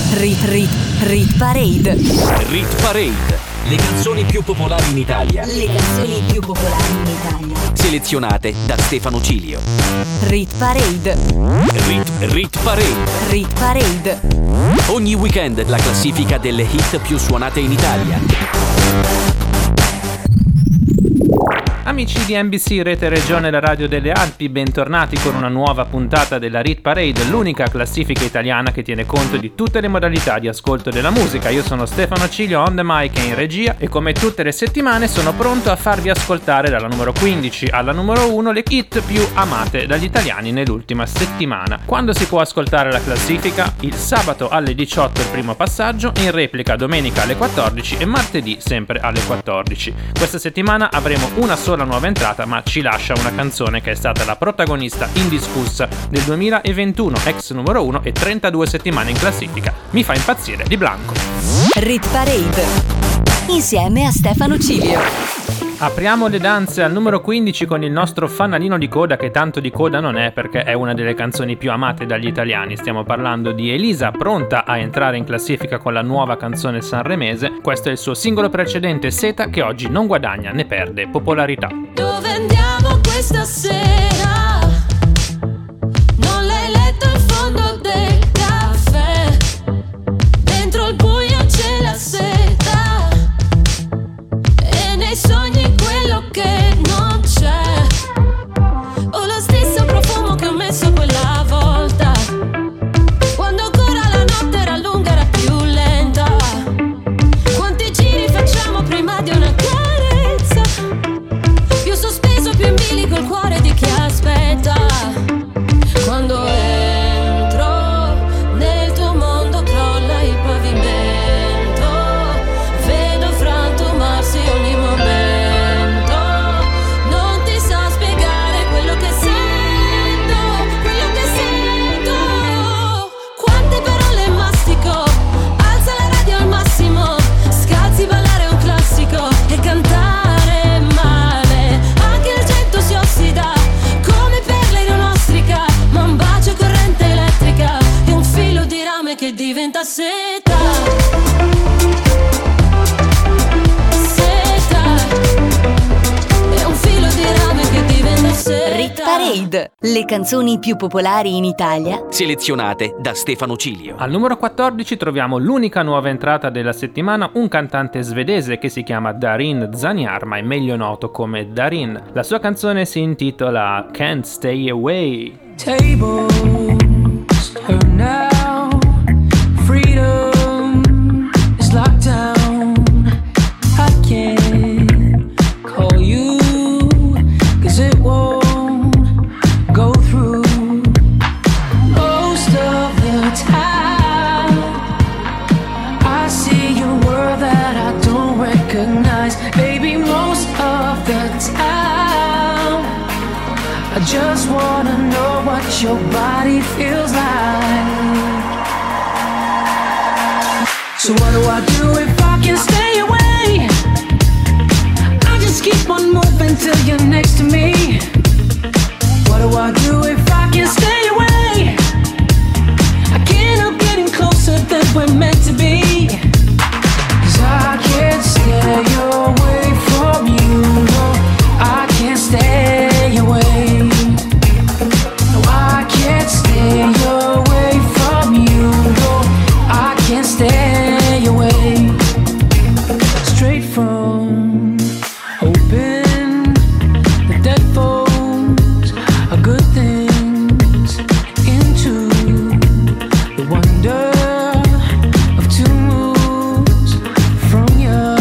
Rit Parade. Rit Parade. Le canzoni più popolari in Italia. Le canzoni più popolari in Italia. Selezionate da Stefano Cilio. Rit Parade. Rit Parade. Rit Parade. Ogni weekend la classifica delle hit più suonate in Italia. Amici di NBC Rete Regione, la radio delle Alpi, bentornati con una nuova puntata della Rit Parade, l'unica classifica italiana che tiene conto di tutte le modalità di ascolto della musica. Io sono Stefano Cilio, on the mic e in regia, e come tutte le settimane sono pronto a farvi ascoltare dalla numero 15 alla numero 1 le hit più amate dagli italiani nell'ultima settimana. Quando si può ascoltare la classifica? Il sabato alle 18 il primo passaggio, in replica domenica alle 14 e martedì sempre alle 14. Questa settimana avremo una sola nuova entrata, ma ci lascia una canzone che è stata la protagonista indiscussa del 2021, ex numero 1 e 32 settimane in classifica. Mi fa impazzire di Blanco. Rit Parade insieme a Stefano Cilio. Apriamo le danze al numero 15 con il nostro fanalino di coda, che tanto di coda non è perché è una delle canzoni più amate dagli italiani. Stiamo parlando di Elisa, pronta a entrare in classifica con la nuova canzone sanremese. Questo è il suo singolo precedente, Seta, che oggi non guadagna né perde popolarità. Dove andiamo questa sera? Non l'hai letto il fondo del caffè, dentro il buio c'è la seta e nei sogni quello che non c'è. Ho lo stesso profumo che ho messo quella volta, quando ancora la notte era lunga, era più lenta. Quanti giri facciamo prima di una carezza? Più sospeso, più in bilico il cuore di chi aspetta. Quando entro nel tuo mondo crolla il pavimento, vedo frantumarsi ogni momento. Non ti so spiegare quello che sento, quello che sento. Quante parole mastico, alza la radio al massimo, scalzi ballare un classico e cantare male. Anche il getto si ossida come perle in un'ostrica, ma un bacio corrente elettrica e un filo di rame che diventa seta. Seta. E un filo di rame che diventa seta. Rit Parade, le canzoni più popolari in Italia. Selezionate da Stefano Cilio. Al numero 14 troviamo l'unica nuova entrata della settimana, un cantante svedese che si chiama Darin Zaniar, ma è meglio noto come Darin. La sua canzone si intitola Can't Stay Away. Tables turn now, freedom is locked down. I can't call you, 'cause it won't go through. Most of the time I see your world that I don't recognize. Baby, most of the time I just wanna know what your body feels like. So what do I do if I can stay away? I just keep on moving till you're next to me. What do I do if I can stay away? I can't help getting closer than we're meant to be. 'Cause I can't stay away from you. No, I can't stay away. No, I can't stay away from you. No, I can't stay away. Straight from open the deadfolds of good things into the wonder of two moves from you.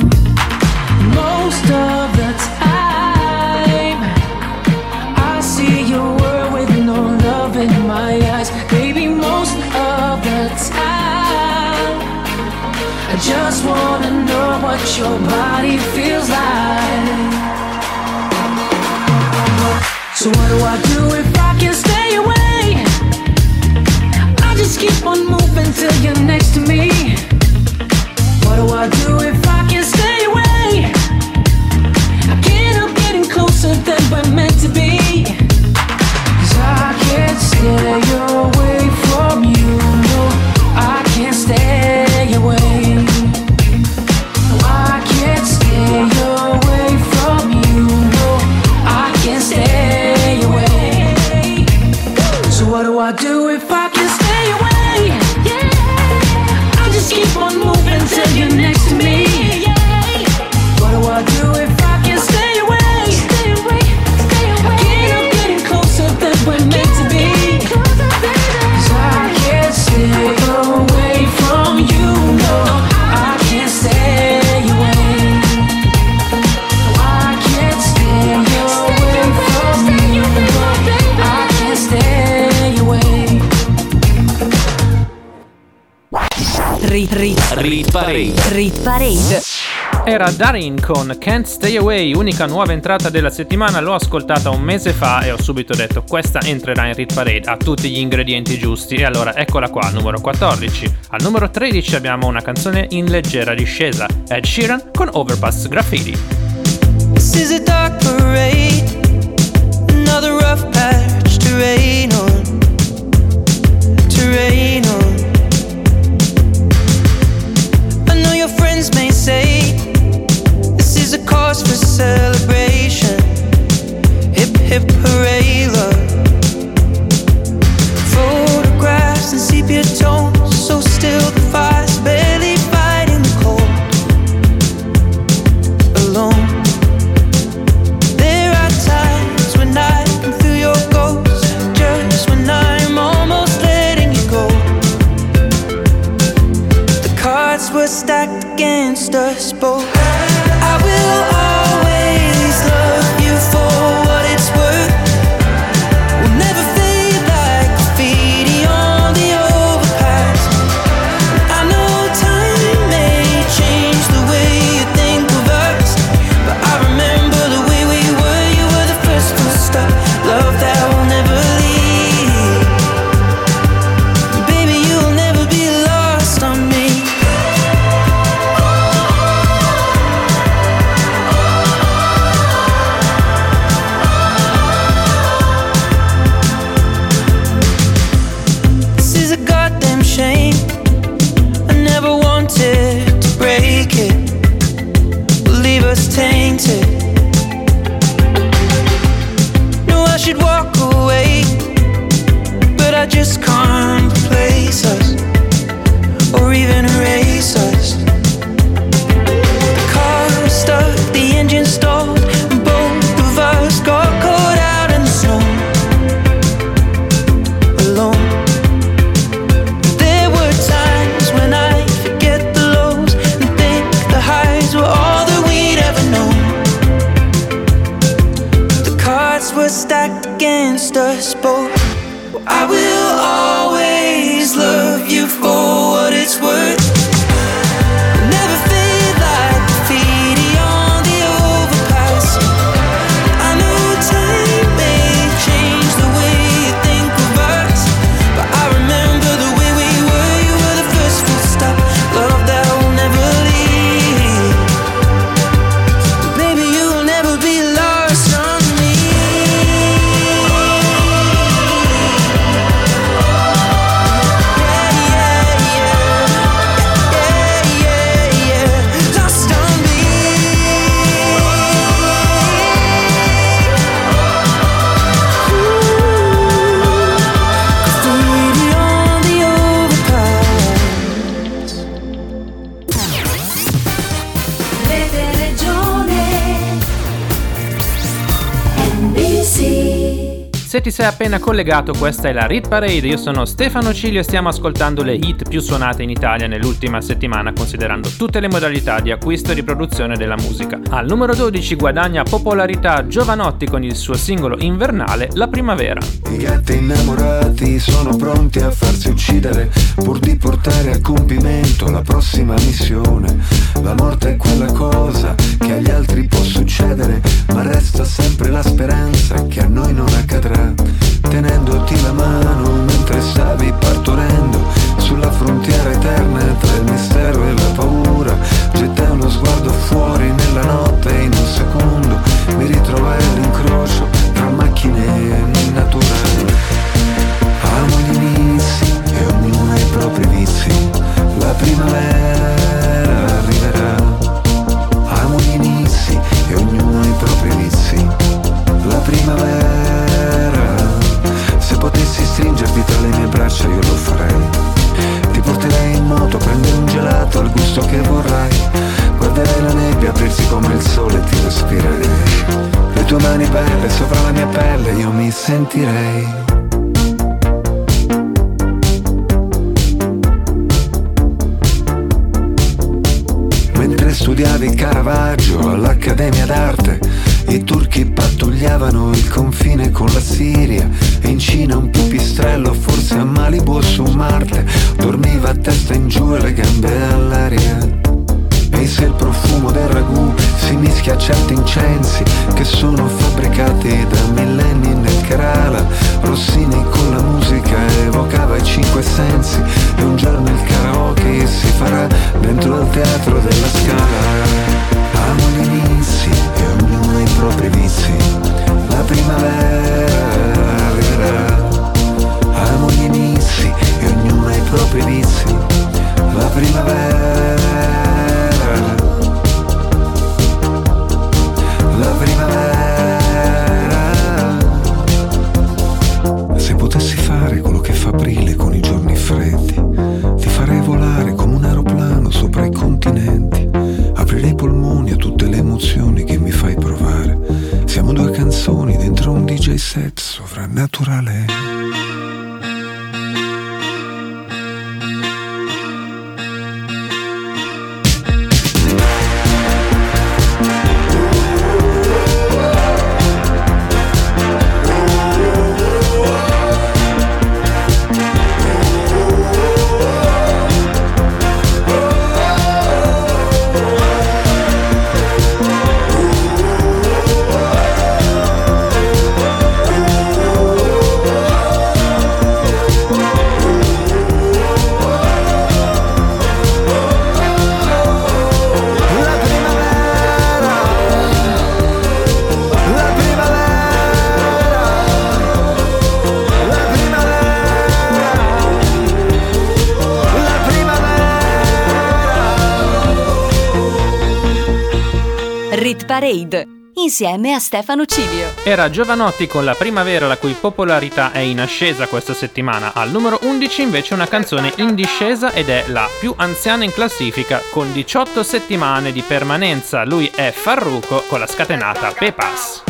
Most of the time I see your world with no love in my eyes. Baby, most of the time I just wanna know what your body feels like. So what do I do if I can stay away? I just keep on moving till you're next to me. What do I do if I can stay away? I can't help getting closer than we're meant to be. 'Cause I can't stay away from you. No, I can't stay Rit Parade. Era Darin con Can't Stay Away, unica nuova entrata della settimana. L'ho ascoltata un mese fa e ho subito detto questa entrerà in Rit Parade, ha tutti gli ingredienti giusti, e allora eccola qua, al numero 14. Al numero 13 abbiamo una canzone in leggera discesa, Ed Sheeran con Overpass Graffiti. This is a dark parade, another rough patch to rain on, to rain on. I know your friends may say this is a cause for celebration, hip hip hooray love. Photographs and sepia tones, so still the fire's barely fighting the cold. Alone, there are times when I can feel your ghost, just when I'm almost letting you go. The cards were stacked against us both. I will always love you for what it's worth. We'll never fade like graffiti on the overpass. I know time may change the way you think of us, but I remember the way we were. You were the first to stop, love that will never leave. Baby, you'll never be lost on me. This is a goddamn shame. I never wanted to break it, leave us tainted. No, I should walk away, but I just can't replace us or even erase us. The car stuck, the engine stalled, and both of us got caught out in the snow. Alone, there were times when I forget the lows and think the highs were all that we'd ever known. The cards were stacked against us both. I will always love you for what it's worth. Never fade like graffiti on the overpass. I know time may change the way you think of us, but I remember the way we were. You were the first full stop, love that will never leave. Baby, you'll never be lost on me. Lost on me. Graffiti on the overpass. Rete Regione NBC. Se ti sei appena collegato, questa è la Rit Parade, io sono Stefano Cilio e stiamo ascoltando le hit più suonate in Italia nell'ultima settimana, considerando tutte le modalità di acquisto e riproduzione della musica. Al numero 12 guadagna popolarità Giovanotti con il suo singolo invernale La Primavera. I gatti innamorati sono pronti a farsi uccidere pur di portare a compimento la prossima missione. La morte è quella cosa che agli altri può succedere, ma resta sempre la speranza che a noi non accadrà. Tenendoti la mano mentre stavi partorendo sulla frontiera eterna tra il mistero e la paura, gettai uno sguardo fuori nella notte e in un secondo mi ritrovai all'incrocio tra macchine e natura. Amo gli inizi e ognuno ha i propri vizi, la primavera arriverà. Amo gli inizi e ognuno ha i propri vizi, la primavera. Se potessi stringerti tra le mie braccia io lo farei. Ti porterei in moto, prendere un gelato al gusto che vorrai. Guarderei la nebbia aprirsi come il sole e ti respirerei. Le tue mani belle sopra la mia pelle io mi sentirei. Mentre studiavi Caravaggio all'Accademia d'Arte, I turchi pattugliavano il confine con la Siria e in Cina un pipistrello, forse a Malibu o su Marte, dormiva a testa in giù e le gambe all'aria. E se il profumo del ragù si mischia a certi incensi che sono fabbricati da millenni nel Kerala, Rossini con la musica evocava i cinque sensi e un giorno il karaoke si farà dentro al teatro della Scala. Amo gli inizi e ognuno ha i propri vizi, la primavera arriverà. Amo gli inizi e ognuno ha i propri vizi, la primavera. La primavera. Se potessi fare quello che fa Aprile con i giorni freddi, ti farei volare come un aeroplano sopra i continenti. Aprirei i polmoni a tutte le emozioni che mi fai provare. Siamo due canzoni dentro un DJ set sovrannaturale. Rit Parade, insieme a Stefano Cilio. Era Giovanotti con La primavera, la cui popolarità è in ascesa questa settimana. Al numero 11 invece una canzone in discesa ed è la più anziana in classifica con 18 settimane di permanenza. Lui è Farruko con la scatenata Pepas.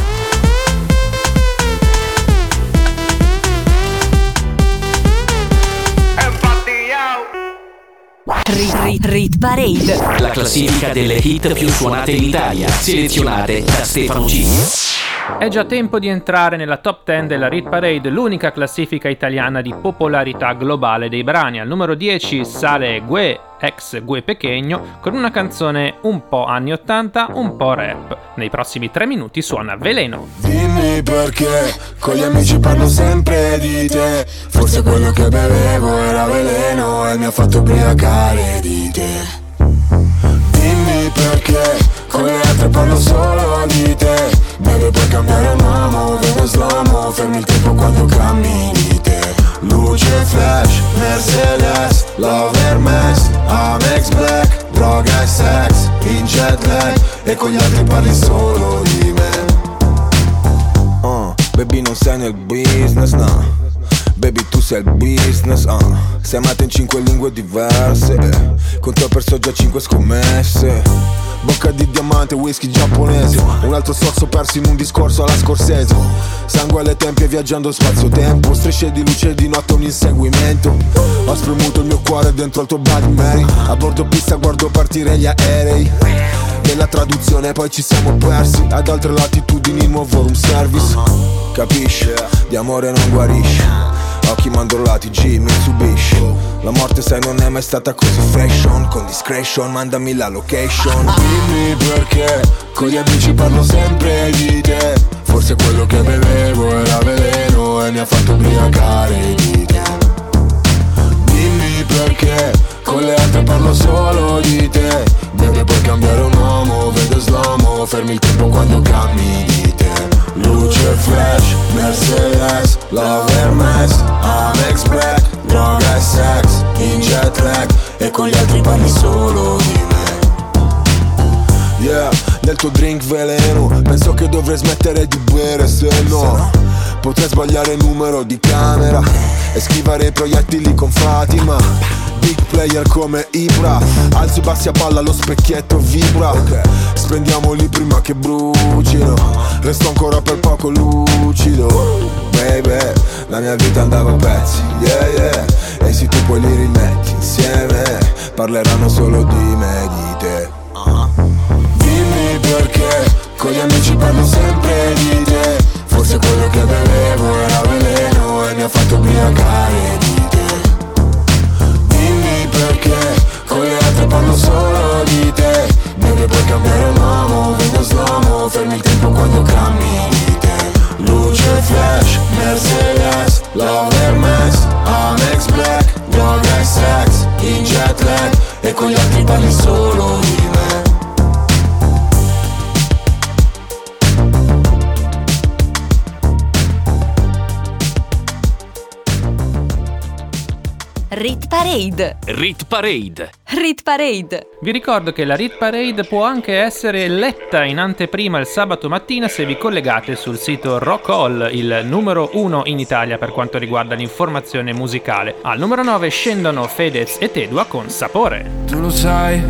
Rit Parade, La classifica delle hit più suonate in Italia, selezionate da Stefano Cilio. È già tempo di entrare nella top 10 della Rit Parade, l'unica classifica italiana di popolarità globale dei brani. Al numero 10 sale Gue, ex Gue Pequeño, con una canzone un po' anni 80, un po' rap. Nei prossimi 3 minuti suona Veleno. Dimmi perché con gli amici parlo sempre di te. Forse quello che bevevo era veleno e mi ha fatto ubriacare di te. Dimmi perché con le altre parlo solo di te. Bebe puoi cambiare un uomo, vedo slow-mo, fermi il tempo quando cammini te. Luce flash, Mercedes, Love Hermes, Amex Black, droga e sex, in jet lag, e con gli altri parli solo di me. Baby non sei nel business, no. Baby tu sei il business, sei amata in 5 lingue diverse, con te ho perso già 5 scommesse. Bocca di diamante, whisky giapponese, un altro sorso perso in un discorso alla Scorsese. Sangue alle tempie viaggiando spazio-tempo, strisce di luce di notte un inseguimento. Ho spremuto il mio cuore dentro al tuo Bloody Mary. A bordo pista guardo partire gli aerei. Nella traduzione poi ci siamo persi, ad altre latitudini nuovo room service. Capisci? Di amore non guarisce. Occhi mandorlati, G, Mitsubishi. La morte sai non è mai stata così fashion. Con discretion mandami la location. Dimmi perché con gli amici parlo sempre di te. Forse quello che bevevo era veleno e mi ha fatto ubriacare di te. Dimmi perché con le altre parlo solo di te. Bebe puoi cambiare un uomo, vedo slow-mo, fermi il tempo quando cammini di te. Luce flash, Mercedes, Love Hermes, Amex Black, droga e sex, in jet lag, e con gli altri parli solo di me. Yeah, del tuo drink veleno, penso che dovrei smettere di bere, se no potrei sbagliare il numero di camera e schivare i proiettili con Fatima. Big player come Ibra, alzi e bassi a palla, lo specchietto vibra. Spendiamoli prima che brucino, resto ancora per poco lucido. Baby, la mia vita andava a pezzi, yeah yeah. E se tu poi li rimetti insieme, parleranno solo di me, di te. Dimmi perché con gli amici parlo sempre di te. Forse quello che bevevo era veleno e mi ha fatto ubriacare di te. Dimmi perché, con le altre parlo solo di te. Deve puoi cambiare l'uomo, vedo slow-mo, fermi il tempo quando cammini te. Luce flash, Mercedes, Love Hermes, Amex Black, droga e sex, in jet lag, e con gli altri parli solo di me. Rit Parade. Rit Parade. Rit Parade. Vi ricordo che la Rit Parade può anche essere letta in anteprima il sabato mattina se vi collegate sul sito Rock Hall, il numero 1 in Italia per quanto riguarda l'informazione musicale. Al numero 9 scendono Fedez e Tedua con Sapore. Tu lo sai,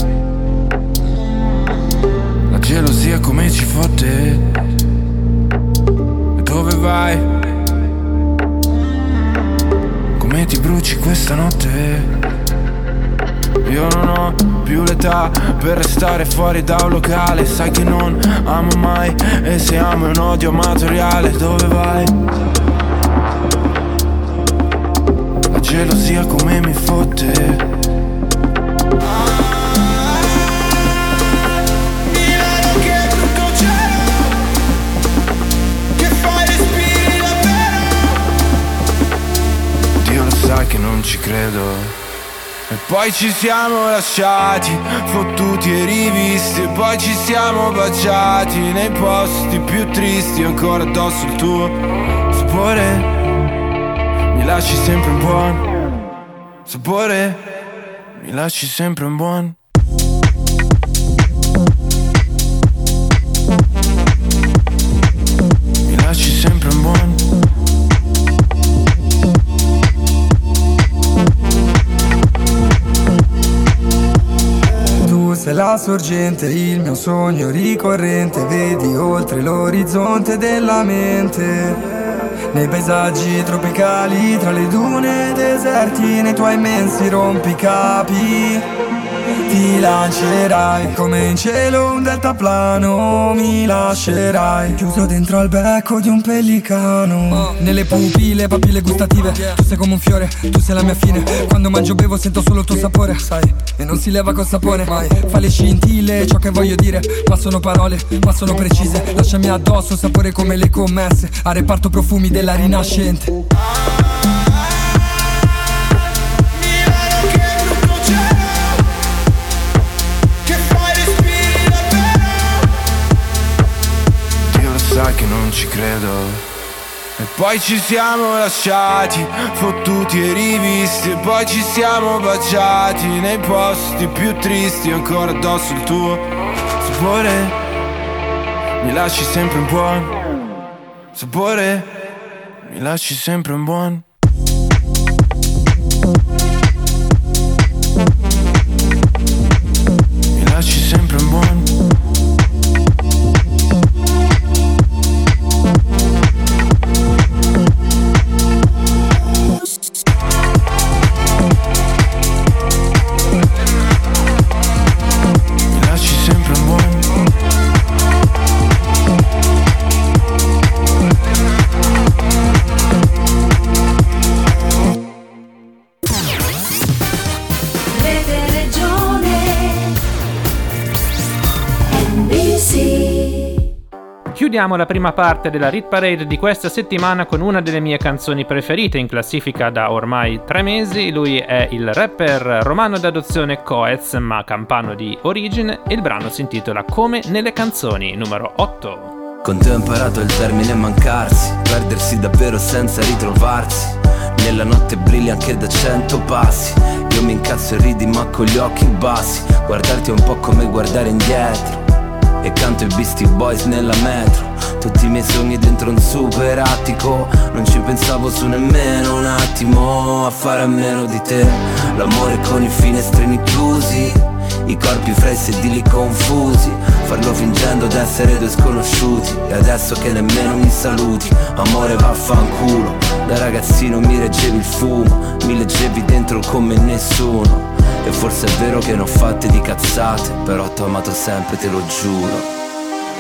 la gelosia come ci fotte. E dove vai? Come ti bruci questa notte? Io non ho più l'età per restare fuori da un locale. Sai che non amo mai, e se amo è un odio amatoriale. Dove vai? La gelosia come mi fotte. Sai che non ci credo. E poi ci siamo lasciati, fottuti e rivisti. E poi ci siamo baciati nei posti più tristi. Ancora addosso il tuo sapore, mi lasci sempre un buon sapore, mi lasci sempre un buon. Mi lasci sempre un buon. Sei la sorgente, il mio sogno ricorrente. Vedi oltre l'orizzonte della mente. Nei paesaggi tropicali, tra le dune deserti, nei tuoi immensi rompicapi. Ti lancerai come in cielo un deltaplano. Mi lascerai chiuso dentro al becco di un pellicano. Nelle pupille, papille gustative, tu sei come un fiore, tu sei la mia fine. Quando mangio bevo sento solo il tuo sapore, sai, e non si leva col sapone mai. Fa le scintille, ciò che voglio dire, ma sono parole, ma sono precise. Lasciami addosso, sapore come le commesse, a reparto profumi della rinascente. Sai che non ci credo. E poi ci siamo lasciati, fottuti e rivisti. E poi ci siamo baciati nei posti più tristi. Ancora addosso il tuo sapore, mi lasci sempre un buon sapore, mi lasci sempre un buon. Mi lasci sempre un buon. Chiudiamo la prima parte della Rit Parade di questa settimana con una delle mie canzoni preferite in classifica da ormai 3 mesi. Lui è il rapper romano d'adozione Coez, ma campano di origine, e il brano si intitola Come nelle canzoni, numero 8. Con te ho imparato il termine mancarsi, perdersi davvero senza ritrovarsi. Nella notte brilli anche da 100 passi. Io mi incazzo e ridi ma con gli occhi bassi. Guardarti è un po' come guardare indietro. E canto i Beastie Boys nella metro. Tutti i miei sogni dentro un super attico. Non ci pensavo su nemmeno un attimo a fare a meno di te. L'amore con i finestrini chiusi, i corpi fra i sedili confusi. Farlo fingendo d'essere due sconosciuti. E adesso che nemmeno mi saluti. Amore vaffanculo. Da ragazzino mi reggevi il fumo, mi leggevi dentro come nessuno. E forse è vero che ne ho fatte di cazzate, però t'ho amato sempre, te lo giuro.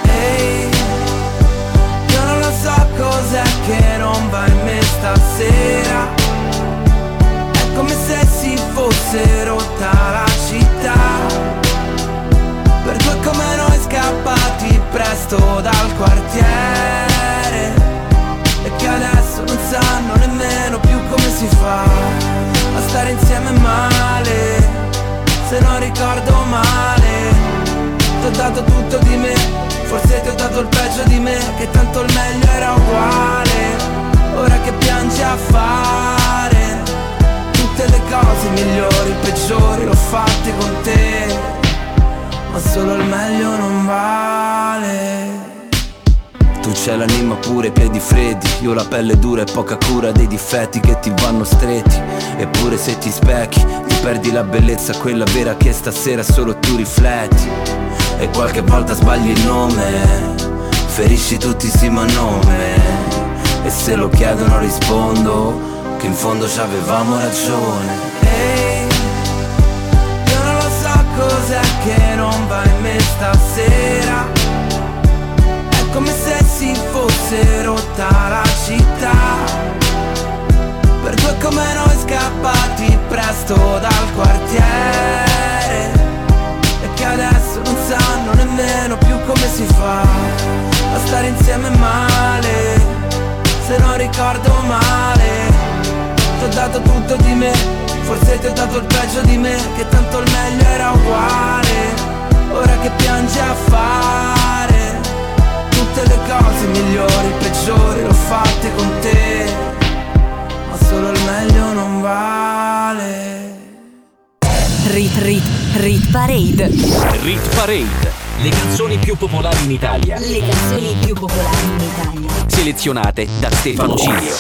Ehi, io non lo so cos'è che non va in me stasera. È come se si fosse rotta la città, per due come noi scappati presto dal quartiere, e che adesso non sanno nemmeno più come si fa a stare insieme male. Se non ricordo male, ti ho dato tutto di me, forse ti ho dato il peggio di me, che tanto il meglio era uguale. Ora che piangi a fare tutte le cose migliori, peggiori, l'ho fatte con te, ma solo il meglio non vale. Tu c'hai l'anima pure, i piedi freddi, io la pelle dura e poca cura dei difetti che ti vanno stretti. Eppure se ti specchi, ti perdi la bellezza, quella vera che stasera solo tu rifletti. E qualche volta sbagli il nome, ferisci tutti sì ma nome. E se lo chiedono rispondo che in fondo ci avevamo ragione. Ehi, io non lo so cos'è che non va in me stasera. È come se si fosse rotta la città, per due come noi scappati presto dal quartiere, e che adesso non sanno nemmeno più come si fa a stare insieme male. Se non ricordo male, ti ho dato tutto di me, forse ti ho dato il peggio di me, che tanto il meglio era uguale. Ora che piangi a fare tutte le cose migliori, peggiori, l'ho fatte con te, ma solo il meglio non vale. Rit Parade. Rit Parade. Le canzoni più popolari in Italia. Le canzoni più popolari in Italia. Selezionate da Stefano Cilio.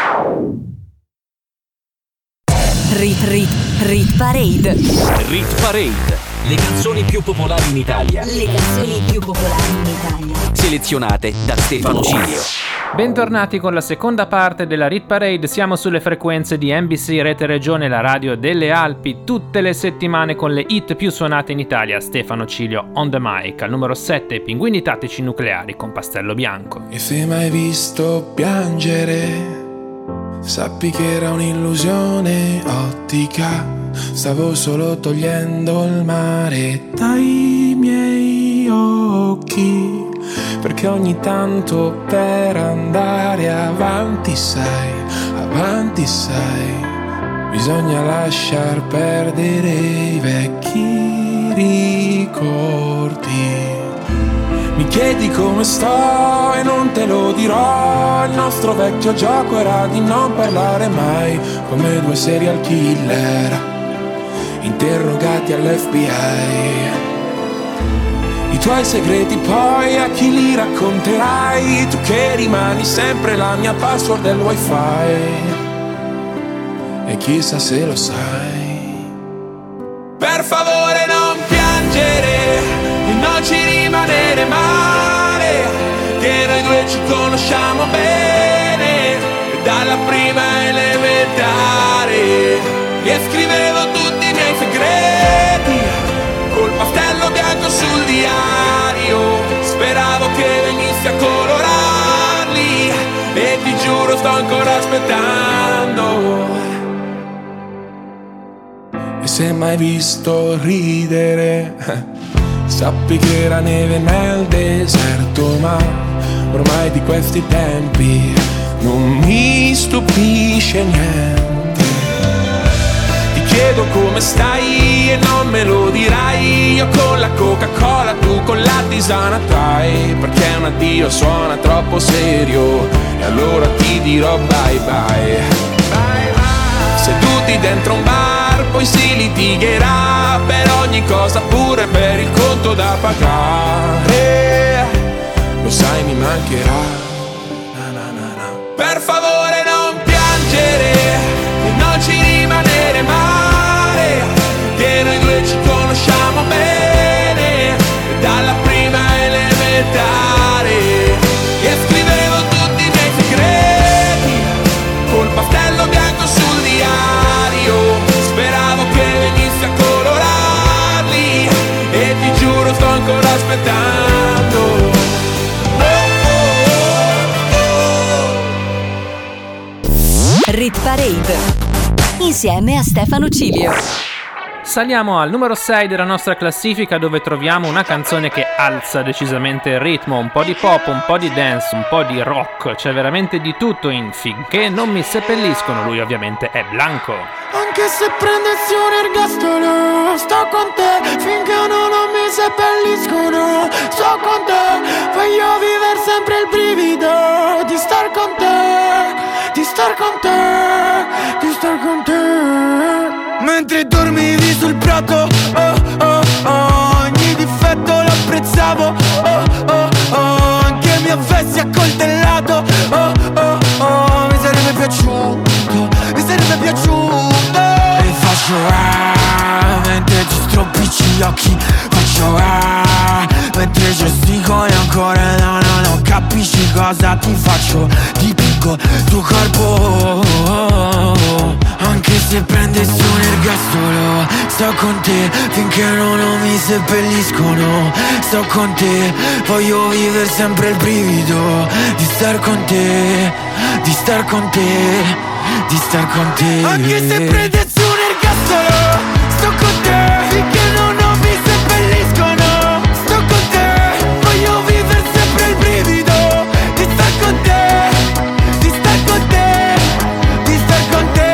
Rit Parade. Rit Parade. Le canzoni più popolari in Italia. Le canzoni più popolari in Italia. Selezionate da Stefano Cilio. Bentornati con la seconda parte della Rit Parade. Siamo sulle frequenze di NBC Rete Regione, la radio delle Alpi, tutte le settimane con le hit più suonate in Italia. Stefano Cilio on the mic. Al numero 7, Pinguini Tattici Nucleari con Pastello Bianco. E se mai visto piangere, sappi che era un'illusione ottica. Stavo solo togliendo il mare dai miei occhi, perché ogni tanto per andare avanti sai, bisogna lasciar perdere i vecchi ricordi. Mi chiedi come sto e non te lo dirò. Il nostro vecchio gioco era di non parlare mai, come due serial killer interrogati all'FBI. I tuoi segreti poi a chi li racconterai? Tu che rimani sempre la mia password del wifi, e chissà se lo sai. Per favore non piangere e non ci rimanere male, che noi due ci conosciamo bene dalla prima elementare. E scrivevo tutti i miei segreti col pastello bianco sul diario, speravo che venissi a colorarli, e ti giuro sto ancora aspettando. E se mai visto ridere, sappi che era neve nel deserto, ma ormai di questi tempi non mi stupisce niente. Chiedo come stai e non me lo dirai. Io con la Coca-Cola, tu con la tisana Thai, perché un addio suona troppo serio, e allora ti dirò bye bye. Seduti dentro un bar, poi si litigherà per ogni cosa, pure per il conto da pagare. Lo sai, mi mancherà. Per favore non piangere e non ci rimanere male, che noi due ci conosciamo bene dalla prima elementare. E scrivevo tutti i miei segreti col pastello bianco sul diario, speravo che venissi a colorarli, e ti giuro sto ancora aspettando. insieme a Stefano Cilio. Saliamo al numero 6 della nostra classifica, dove troviamo una canzone che alza decisamente il ritmo, un po' di pop, un po' di dance, un po' di rock, c'è veramente di tutto in Finché non mi seppelliscono. Lui ovviamente è Blanco. Anche se prendessi un ergastolo, sto con te finché non mi seppelliscono. Sto con te, voglio vivere sempre il brivido di star con te, di star con te, di star con te. Mentre dormivi sul prato, oh oh oh, ogni difetto lo apprezzavo, oh oh oh, anche mi avessi accoltellato, oh oh oh, mi sarebbe piaciuto, mi sarebbe piaciuto. E faccio mentre ti stropicci gli occhi, faccio mentre gesticoli ancora, no, non capisci cosa ti faccio, dipingo tuo corpo, anche se prendessi un ergastolo. Sto con te finché non mi seppelliscono. Sto con te, voglio vivere sempre il brivido di star con te, di star con te, di star con te. Anche se prendessi un ergastolo, sto con te finché non mi seppelliscono. Sto con te, voglio vivere sempre il brivido di star con te, di star con te, di star con te.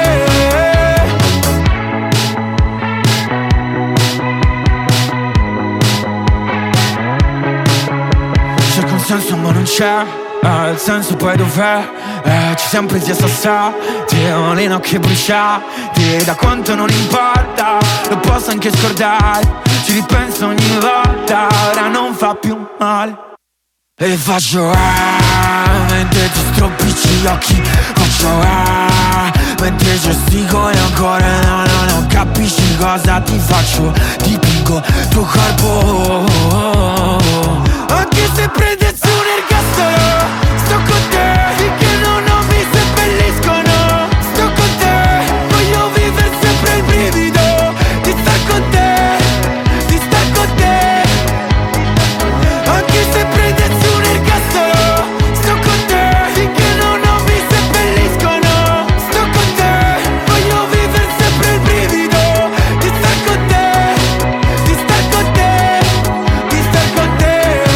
Cerco un senso ma non c'è, il senso poi dov'è? Ci siamo presi a sassati, le nocche bruciate, da quanto non importa, lo posso anche scordare, ci ripenso ogni volta, ora non fa più male. E faccio mentre ti stropicci gli occhi, faccio mentre gesticoli ancora, no, non capisci cosa ti faccio, dipingo tuo corpo, anche se prendessi un ergastolo. Sto con te finché non mi seppelliscono. Sto con te, voglio vivere sempre il brivido di star con te, di star con te. Anche se prendessi un ergastolo. Sto con te finché non mi seppelliscono. Sto con te, voglio vivere sempre il brivido di star con te, di star con te, di star con te.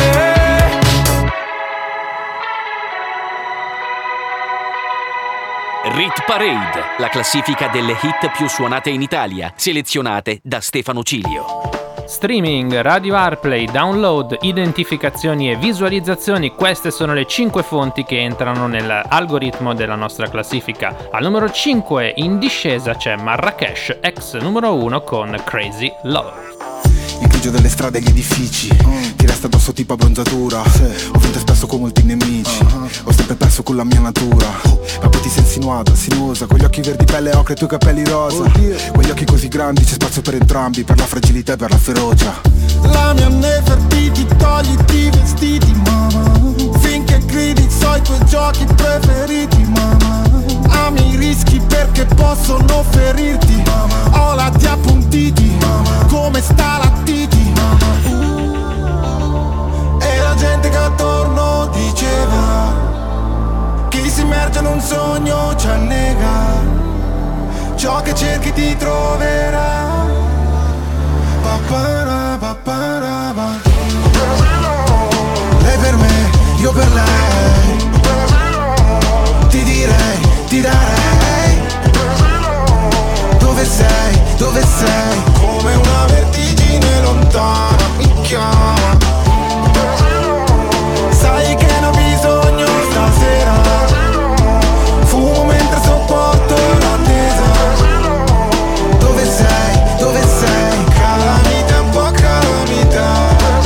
Rit Parade, la classifica delle hit più suonate in Italia, selezionate da Stefano Cilio. Streaming, radio AirPlay, download, identificazioni e visualizzazioni, queste sono le 5 fonti che entrano nell'algoritmo della nostra classifica. Al numero 5 in discesa c'è Marrakesh, ex numero 1 con Crazy Love. Il grigio delle strade e gli edifici ti resta addosso tipo abbronzatura. Ho vinto spesso con molti nemici, ho sempre perso con la mia natura. Ma poi ti sei insinuata, sinuosa, con gli occhi verdi pelle ocre e i tuoi capelli rosa. Quegli occhi così grandi, c'è spazio per entrambi, per la fragilità e per la ferocia. La mia Nefertiti, togliti i vestiti, mamma, finché gridi so i tuoi giochi preferiti, mamma. Ami i rischi perché possono ferirti, mamma. Ho lati appuntiti, mamma, come stalattiti, mamma. E la gente che attorno diceva: chi si immerge in un sogno ci annega, ciò che cerchi ti troverà. Papara, papara, papara. Lei per me, io per lei, ti direi, ti darei. Dove sei, dove sei? Come una vertigine lontana mi chiama. Sai che ne ho bisogno stasera, fumo mentre sopporto l'attesa. Dove sei, dove sei? Calamita, un po' calamita.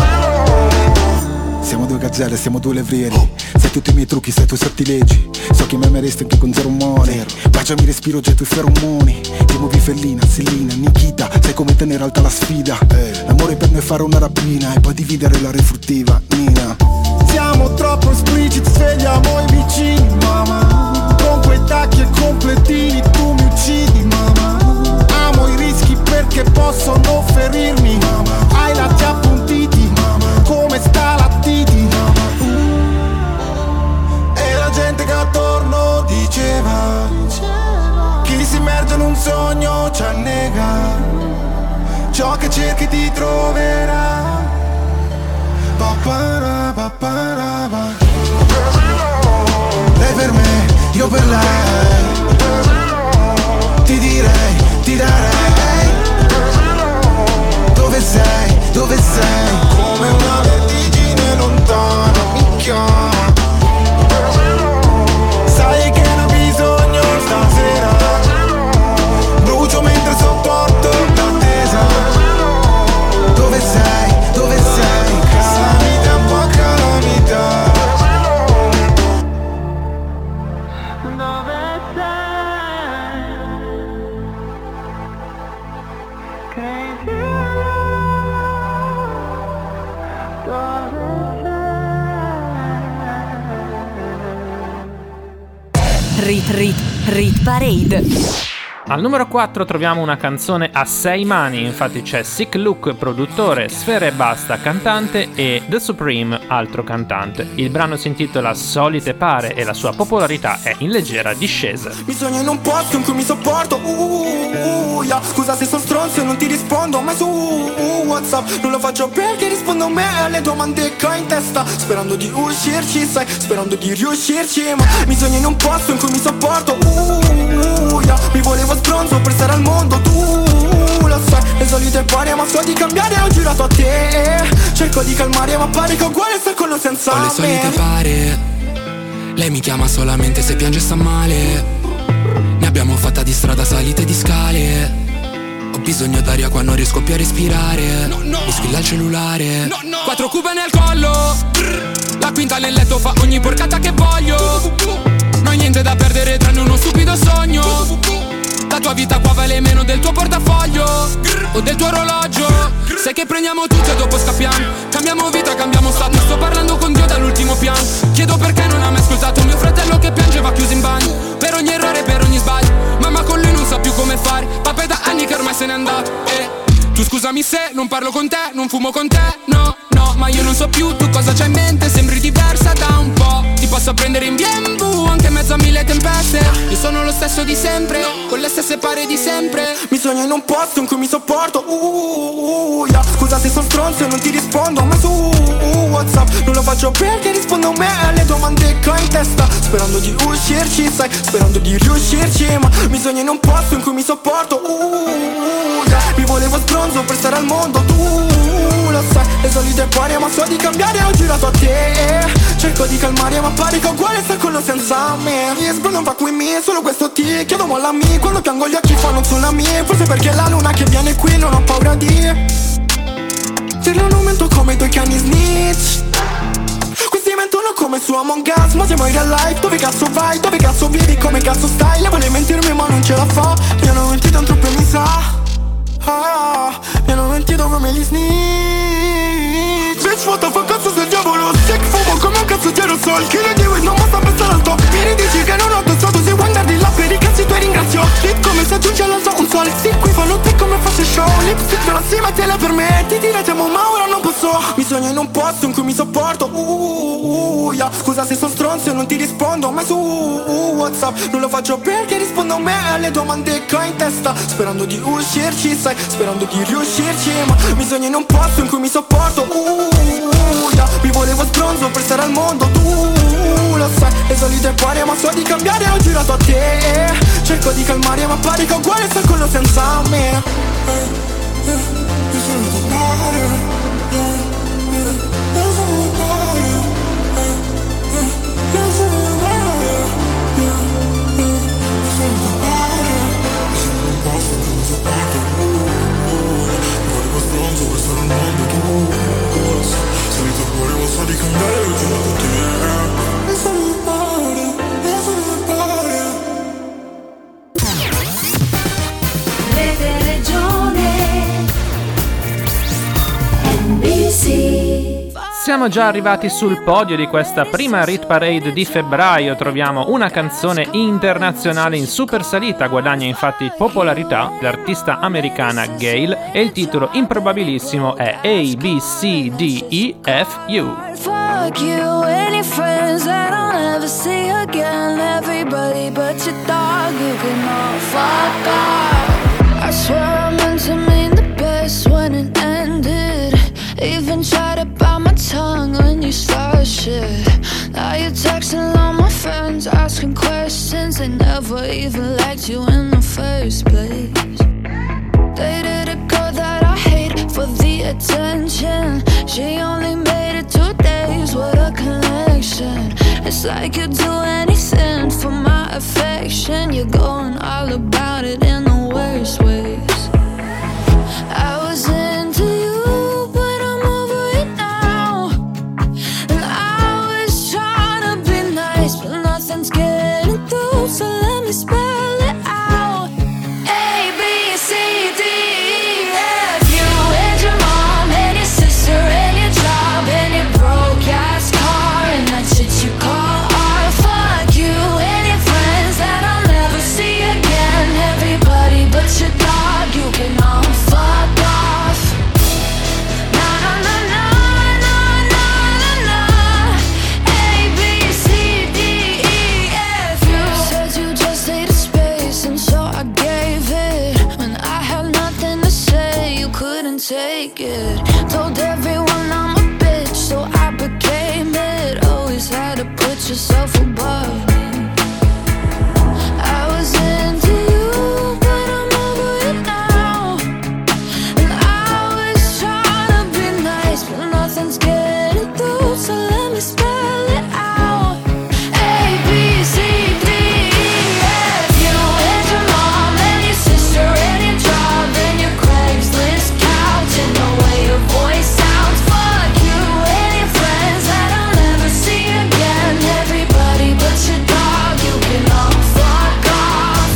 Siamo due gazzelle, siamo due levrieri. Sai tutti i miei trucchi, sai i tuoi sortilegi. So che mi ameresti anche con zero money. Baciami, respiro già i tuoi feromoni. Ti muovi fellina, Sellina, Nikita. Sai come tenere alta la sfida. L'amore per noi è fare una rapina e poi dividere la refruttiva, Nina. Siamo troppo espliciti, svegliamo i vicini, mamma. Con quei tacchi e completini tu mi uccidi, mamma. Amo i rischi perché possono ferirmi, mamma. Hai lati appuntiti, mamma, come stalattiti, mamma. E la gente che attorno diceva: chi si immerge in un sogno ciò che cerchi ti troverà. Papara, papara, pa. Lei per me, io per lei. Ti direi, ti darei. Dove sei, dove sei? Come una vertigine lontana mi chiama. Sai che ne ho bisogno stasera. Brucio mentre sottorto l'attesa. Dove sei, dove sei? Calamita, un po' calamita. Rit Parade. Al numero 4 troviamo una canzone a 6 mani, infatti c'è Sick Luke, produttore, Sfera Ebbasta, cantante, e The Supreme, altro cantante. Il brano si intitola Solite Pare e la sua popolarità è in leggera discesa. Mi sogno in un posto in cui mi sopporto, yeah. Scusa se sono stronzo e non ti rispondo mai su WhatsApp. Non lo faccio perché rispondo a me alle domande che ho in testa, sperando di uscirci, sai, sperando di riuscirci. Ma mi sogno in un posto in cui mi sopporto, yeah. Mi volevo stronzo per stare al mondo, tu lo sai. Le solite pare ma so di cambiare, ho girato a te. Cerco di calmare ma pare che è uguale star con o senza me. Ho le solite pare, lei mi chiama solamente se piange e sta male. Ne abbiamo fatta di strada, salite di scale. Ho bisogno d'aria qua, non riesco più a respirare. Mi squilla il cellulare. 4 cube nel collo, la quinta nel letto fa ogni porcata che voglio. Non ho niente da perdere tranne uno stupido sogno. La tua vita qua vale meno del tuo portafoglio o del tuo orologio. Sai che prendiamo tutto e dopo scappiamo. Cambiamo vita, cambiamo stato. Sto parlando con Dio dall'ultimo piano. Chiedo perché non ha mai ascoltato mio fratello che piange va chiuso in bagno. Per ogni errore, per ogni sbaglio. Mamma con lui non sa più come fare. Papà da anni che ormai se n'è andato. Tu scusami se non parlo con te, non fumo con te, no, no. Ma io non so più tu cosa c'hai in mente. Sembri diversa da un po'. Ti posso prendere in BMW anche in mezzo a 1000 tempeste. Io sono lo stesso di sempre, con le stesse pare di sempre. Mi sogno in un posto in cui mi sopporto, yeah. Scusa se sono stronzo e non ti rispondo mai su WhatsApp. Non lo faccio perché rispondo a me alle domande che ho in testa, sperando di uscirci, sai, sperando di riuscirci. Ma mi sogno in un posto in cui mi sopporto, yeah. Mi volevo stronzo per stare al mondo, tu lo sai. Le solite pare ma so di cambiare, ho girato a te. Cerco di calmare ma pare che è uguale star con o senza me. Yes, non va qui me, solo questo ti chiedo mollami. Quando piango gli occhi fanno un tsunami. Forse perché la luna che viene qui non ho paura di dirlo un momento come 2 cani snitch. Questi mentono come su Among Us, ma siamo in real life. Dove cazzo vai, dove cazzo vivi, come cazzo stai? Le vuole mentirmi ma non ce la fa. Mi hanno mentito un troppo e mi sa, mi hanno mentito come gli snitch. Bitch, what the fuck, cazzo sei il diavolo. Sick, fumo come un cazzo di aerosol. Chi le dico non basta pensare al top. Mi ridici che non ho pensato, se vuoi andare là per i cazzi tuoi ringrazio. Hit come se aggiunge all'alto un sol. Sì, qui fanno te come fosse show. Lipstick per la cima te la permetti. Ti diremo ma ora non posso. Mi sogno in un posto in cui mi sopporto, yeah. Scusa se sono stronzo e non ti rispondo mai su WhatsApp. Non lo faccio perché rispondo a me alle domande che ho in testa, sperando di uscirci, sai, sperando di riuscirci. Ma mi sogno in un posto in cui mi sopporto, yeah. Mi volevo stronzo per stare al mondo, tu lo sai. Le solite pare ma so di cambiare, ho girato a te. Cerco di calmare ma pare che è uguale star con o senza me. Rete Regione NBC. Siamo già arrivati sul podio di questa prima Rit Parade di febbraio. Troviamo una canzone internazionale in super salita, guadagna infatti popolarità, l'artista americana Gayle, e il titolo improbabilissimo è A, B, C, D, E, F, U. Fuck you, any friends that I'll never see again. Everybody but your dog, you can all fuck off. I swear I meant to mean the best when even liked you in the first place. Dated a girl that I hate for the attention. She only made it 2 days, what a connection. It's like you'd do anything for my affection. You're going all about it in the worst ways. I was into you, but I'm over it now. And I was trying to be nice, but nothing's getting through, so let me spell it out. A, B, C, D, E, F. You and your mom and your sister and your job and your broke ass car and that shit you call art. Fuck you and your friends that I'll never see again. Everybody but your dog, you can all fuck off. Na na na na na na na na. A, B, C, D, E, F. You said you just needed space, and so I gave it. When I had nothing to say, you couldn't take it. Told everyone I'm a bitch, so I became it. Always had to put yourself above me. I was into you, but I'm over it now. And I was trying to be nice, but nothing's getting through, so let me spell it out. A, B, C, D, E, F. You and your mom and your sister and your job and your Craigslist couch and the way your voice sounds. Fuck you and your friends that I'll never see again. Everybody but your dog, you can all fuck off.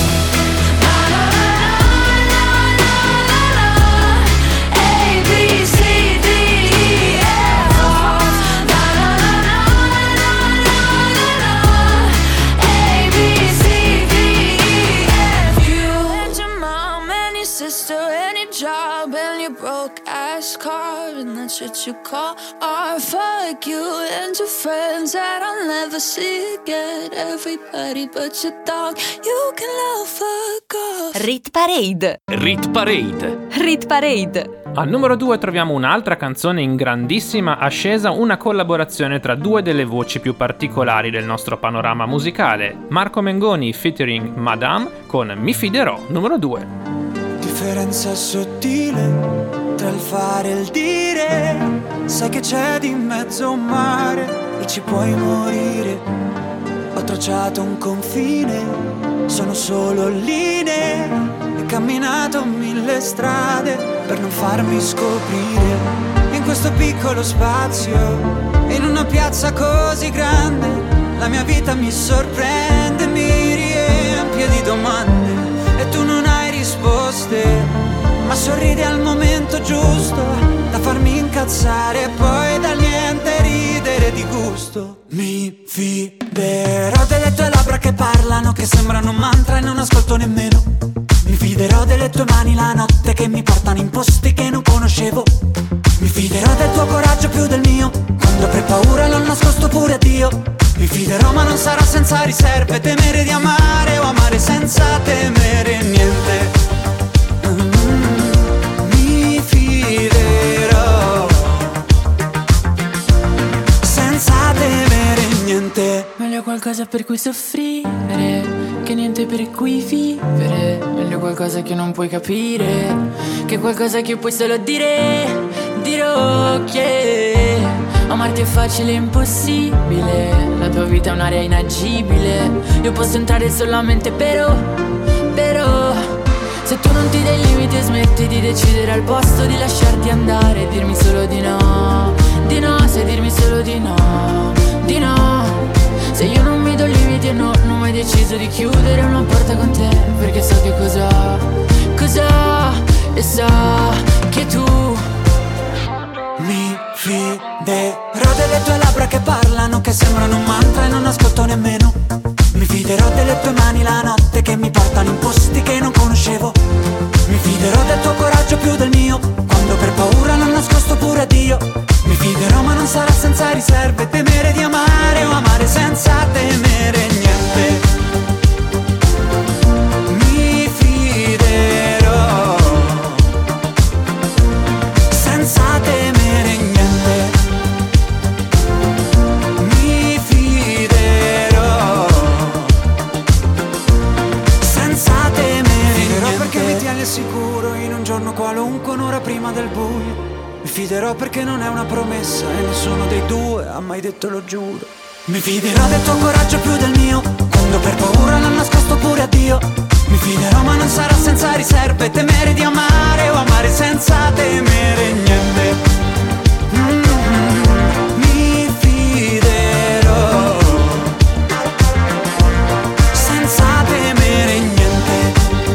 Na na na na na na na. A, B, C, D, E, F. Na na na na na na na. A, B, C, D, E, F. You and your mom and your sister and your job and your broke ass car and that shit you call art. Fuck you and your friends that I'll never see again. Everybody but your dog, you can all fuck off. Rit Parade. Rit Parade. Rit Parade. Al numero 2 troviamo un'altra canzone in grandissima ascesa, una collaborazione tra due delle voci più particolari del nostro panorama musicale. Marco Mengoni featuring Madame con Mi fiderò, numero 2. Differenza sottile tra il fare e il dire. Sai che c'è di mezzo un mare e ci puoi morire. Ho tracciato un confine, sono solo linee. E camminato 1000 strade per non farmi scoprire. In questo piccolo spazio, in una piazza così grande, la mia vita mi sorprende, mi riempie di domande. E tu non hai risposte, ma sorridi al momento giusto da farmi incazzare e poi da niente ridere di gusto. Mi fiderò delle tue labbra che parlano, che sembrano un mantra e non ascolto nemmeno. Mi fiderò delle tue mani la notte che mi portano in posti che non conoscevo. Mi fiderò del tuo coraggio più del mio, quando per paura l'ho nascosto pure a Dio. Mi fiderò ma non sarà senza riserve, temere di amare o amare senza temere niente. Mi fiderò senza temere niente. Meglio qualcosa per cui soffrire che niente per cui vivere. Meglio qualcosa che non puoi capire che qualcosa che puoi solo dire. Dirò che amarti è facile e impossibile. La tua vita è un'area inagibile. Io posso entrare solamente però se tu non ti dai limiti e smetti di decidere al posto di lasciarti andare, dirmi solo di no, sai dirmi solo di no, di no. Se io non mi do limiti e non ho mai deciso di chiudere una porta con te, perché so che cosa, e so che tu mi fiderò delle tue labbra che parlano, che sembrano un mantra e non ascolto nemmeno. Mi fiderò delle tue mani la notte che mi portano in posti che non conoscevo. Mi fiderò del tuo coraggio più del mio, quando per paura l'ho nascosto pure a Dio. Mi fiderò ma non sarà senza riserve, temere di amare o amare senza temere niente. Mi fiderò senza temere niente. Mi fiderò al buio. Mi fiderò perché non è una promessa e nessuno dei due ha mai detto lo giuro. Mi fiderò del tuo coraggio più del mio, quando per paura l'ho nascosto pure a Dio. Mi fiderò ma non sarà senza riserve, temere di amare o amare senza temere niente. Mi fiderò senza temere niente.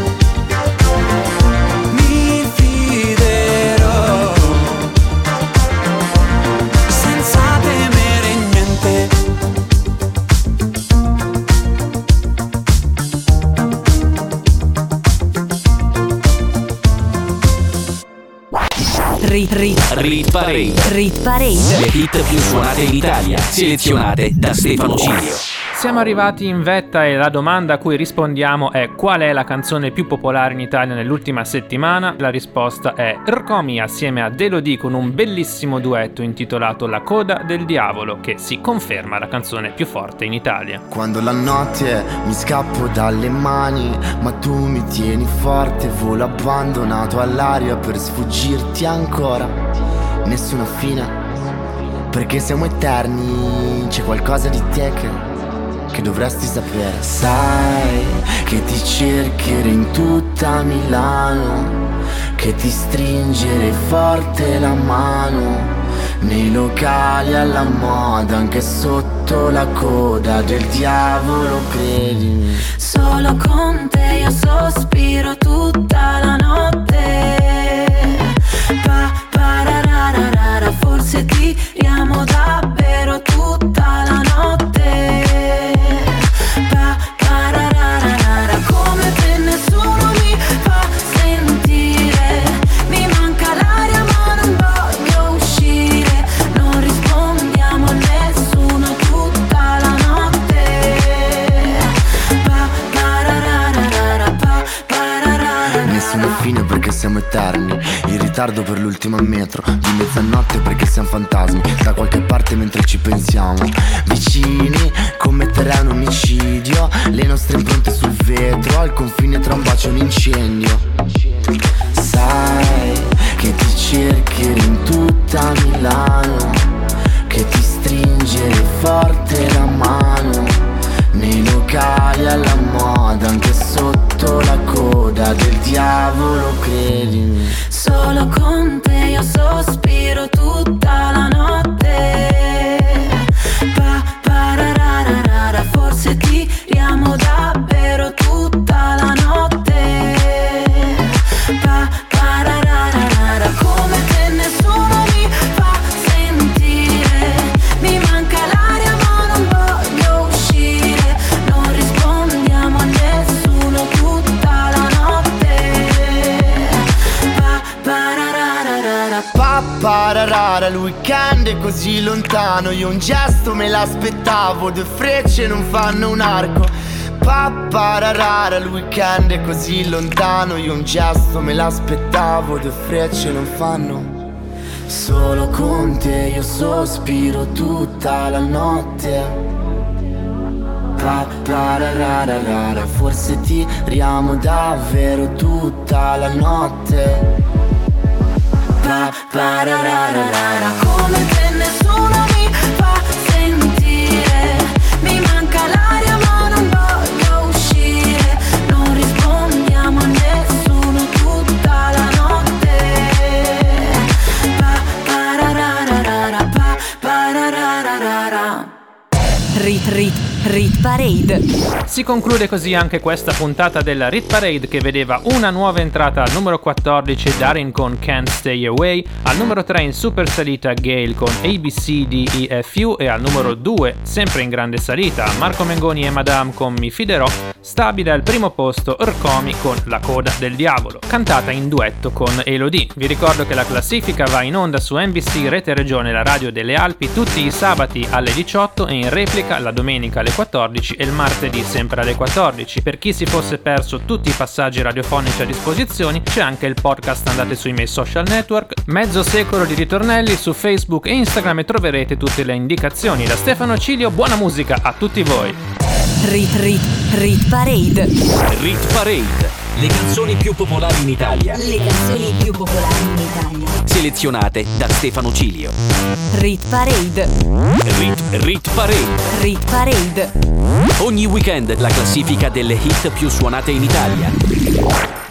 Mi fiderò senza temere niente. Rit Parade. Rit Parade. Le hit più suonate in Italia, selezionate da Stefano Cilio. Siamo arrivati in vetta e la domanda a cui rispondiamo è: qual è la canzone più popolare in Italia nell'ultima settimana? La risposta è Rkomi assieme a Elodie con un bellissimo duetto intitolato La coda del diavolo, che si conferma la canzone più forte in Italia. Quando la notte mi scappo dalle mani, ma tu mi tieni forte, volo abbandonato all'aria per sfuggirti ancora. Nessuna fine, perché siamo eterni, c'è qualcosa di te che dovresti sapere. Sai che ti cercherei in tutta Milano, che ti stringerei forte la mano, nei locali alla moda, anche sotto la coda del diavolo, credimi. Solo con te io sospiro tutta la notte. Parararara, forse tiriamo davvero tutta la notte. Parararara, come te nessuno mi fa sentire. Mi manca l'aria ma non voglio uscire. Non rispondiamo a nessuno tutta la notte. Nessuna fine perché siamo eterni, in ritardo per l'ultima metro, di mezzanotte perché siamo fantasmi, da qualche parte mentre ci pensiamo. Vicini, commetterei un omicidio, le nostre impronte sul vetro, al confine tra un bacio e un incendio. Sai che ti cercherei in tutta Milano, che ti stringere forte la mano, nei locali alla moda, anche sotto la coda del diavolo, credimi. Solo con te io sospiro tutta la notte. Parararara, forse tiriamo davvero tutta la notte. Parararara, come te nessuno mi fa sentire. Mi manca l'aria ma non voglio uscire. Non rispondiamo a nessuno tutta la notte. Pararara, il weekend è così lontano, io un gesto me l'aspettavo, due frecce non fanno un arco. Pararara, il weekend è così lontano, io un gesto me l'aspettavo, due frecce non fanno. Solo con te io sospiro tutta la notte. Pararara, forse tiriamo davvero tutta la notte. Parararara, come te nessuno mi fa sentire. Mi manca l'aria ma non voglio uscire. Non rispondiamo a nessuno tutta la notte. Parararara. Rit Parade. Si conclude così anche questa puntata della Rit Parade, che vedeva una nuova entrata al numero 14 Darin con Can't Stay Away, al numero 3 in super salita Gale con ABCDEFU e al numero 2, sempre in grande salita, Marco Mengoni e Madame con Mi Fiderò. Stabile al primo posto Rkomi con La coda del diavolo, cantata in duetto con Elodie. Vi ricordo che la classifica va in onda su NBC Rete Regione, la radio delle Alpi, tutti i sabati alle 18 e in replica la domenica alle 14 e il martedì sempre alle 14. Per chi si fosse perso tutti i passaggi radiofonici a disposizione, c'è anche il podcast, andate sui miei social network, mezzo secolo di ritornelli su Facebook e Instagram e troverete tutte le indicazioni. Da Stefano Cilio, buona musica a tutti voi. Rit Parade. Rit Parade. Le canzoni più popolari in Italia. Le canzoni più popolari in Italia. Selezionate da Stefano Cilio. Rit Parade. Rit Parade. Rit Parade. Ogni weekend la classifica delle hit più suonate in Italia.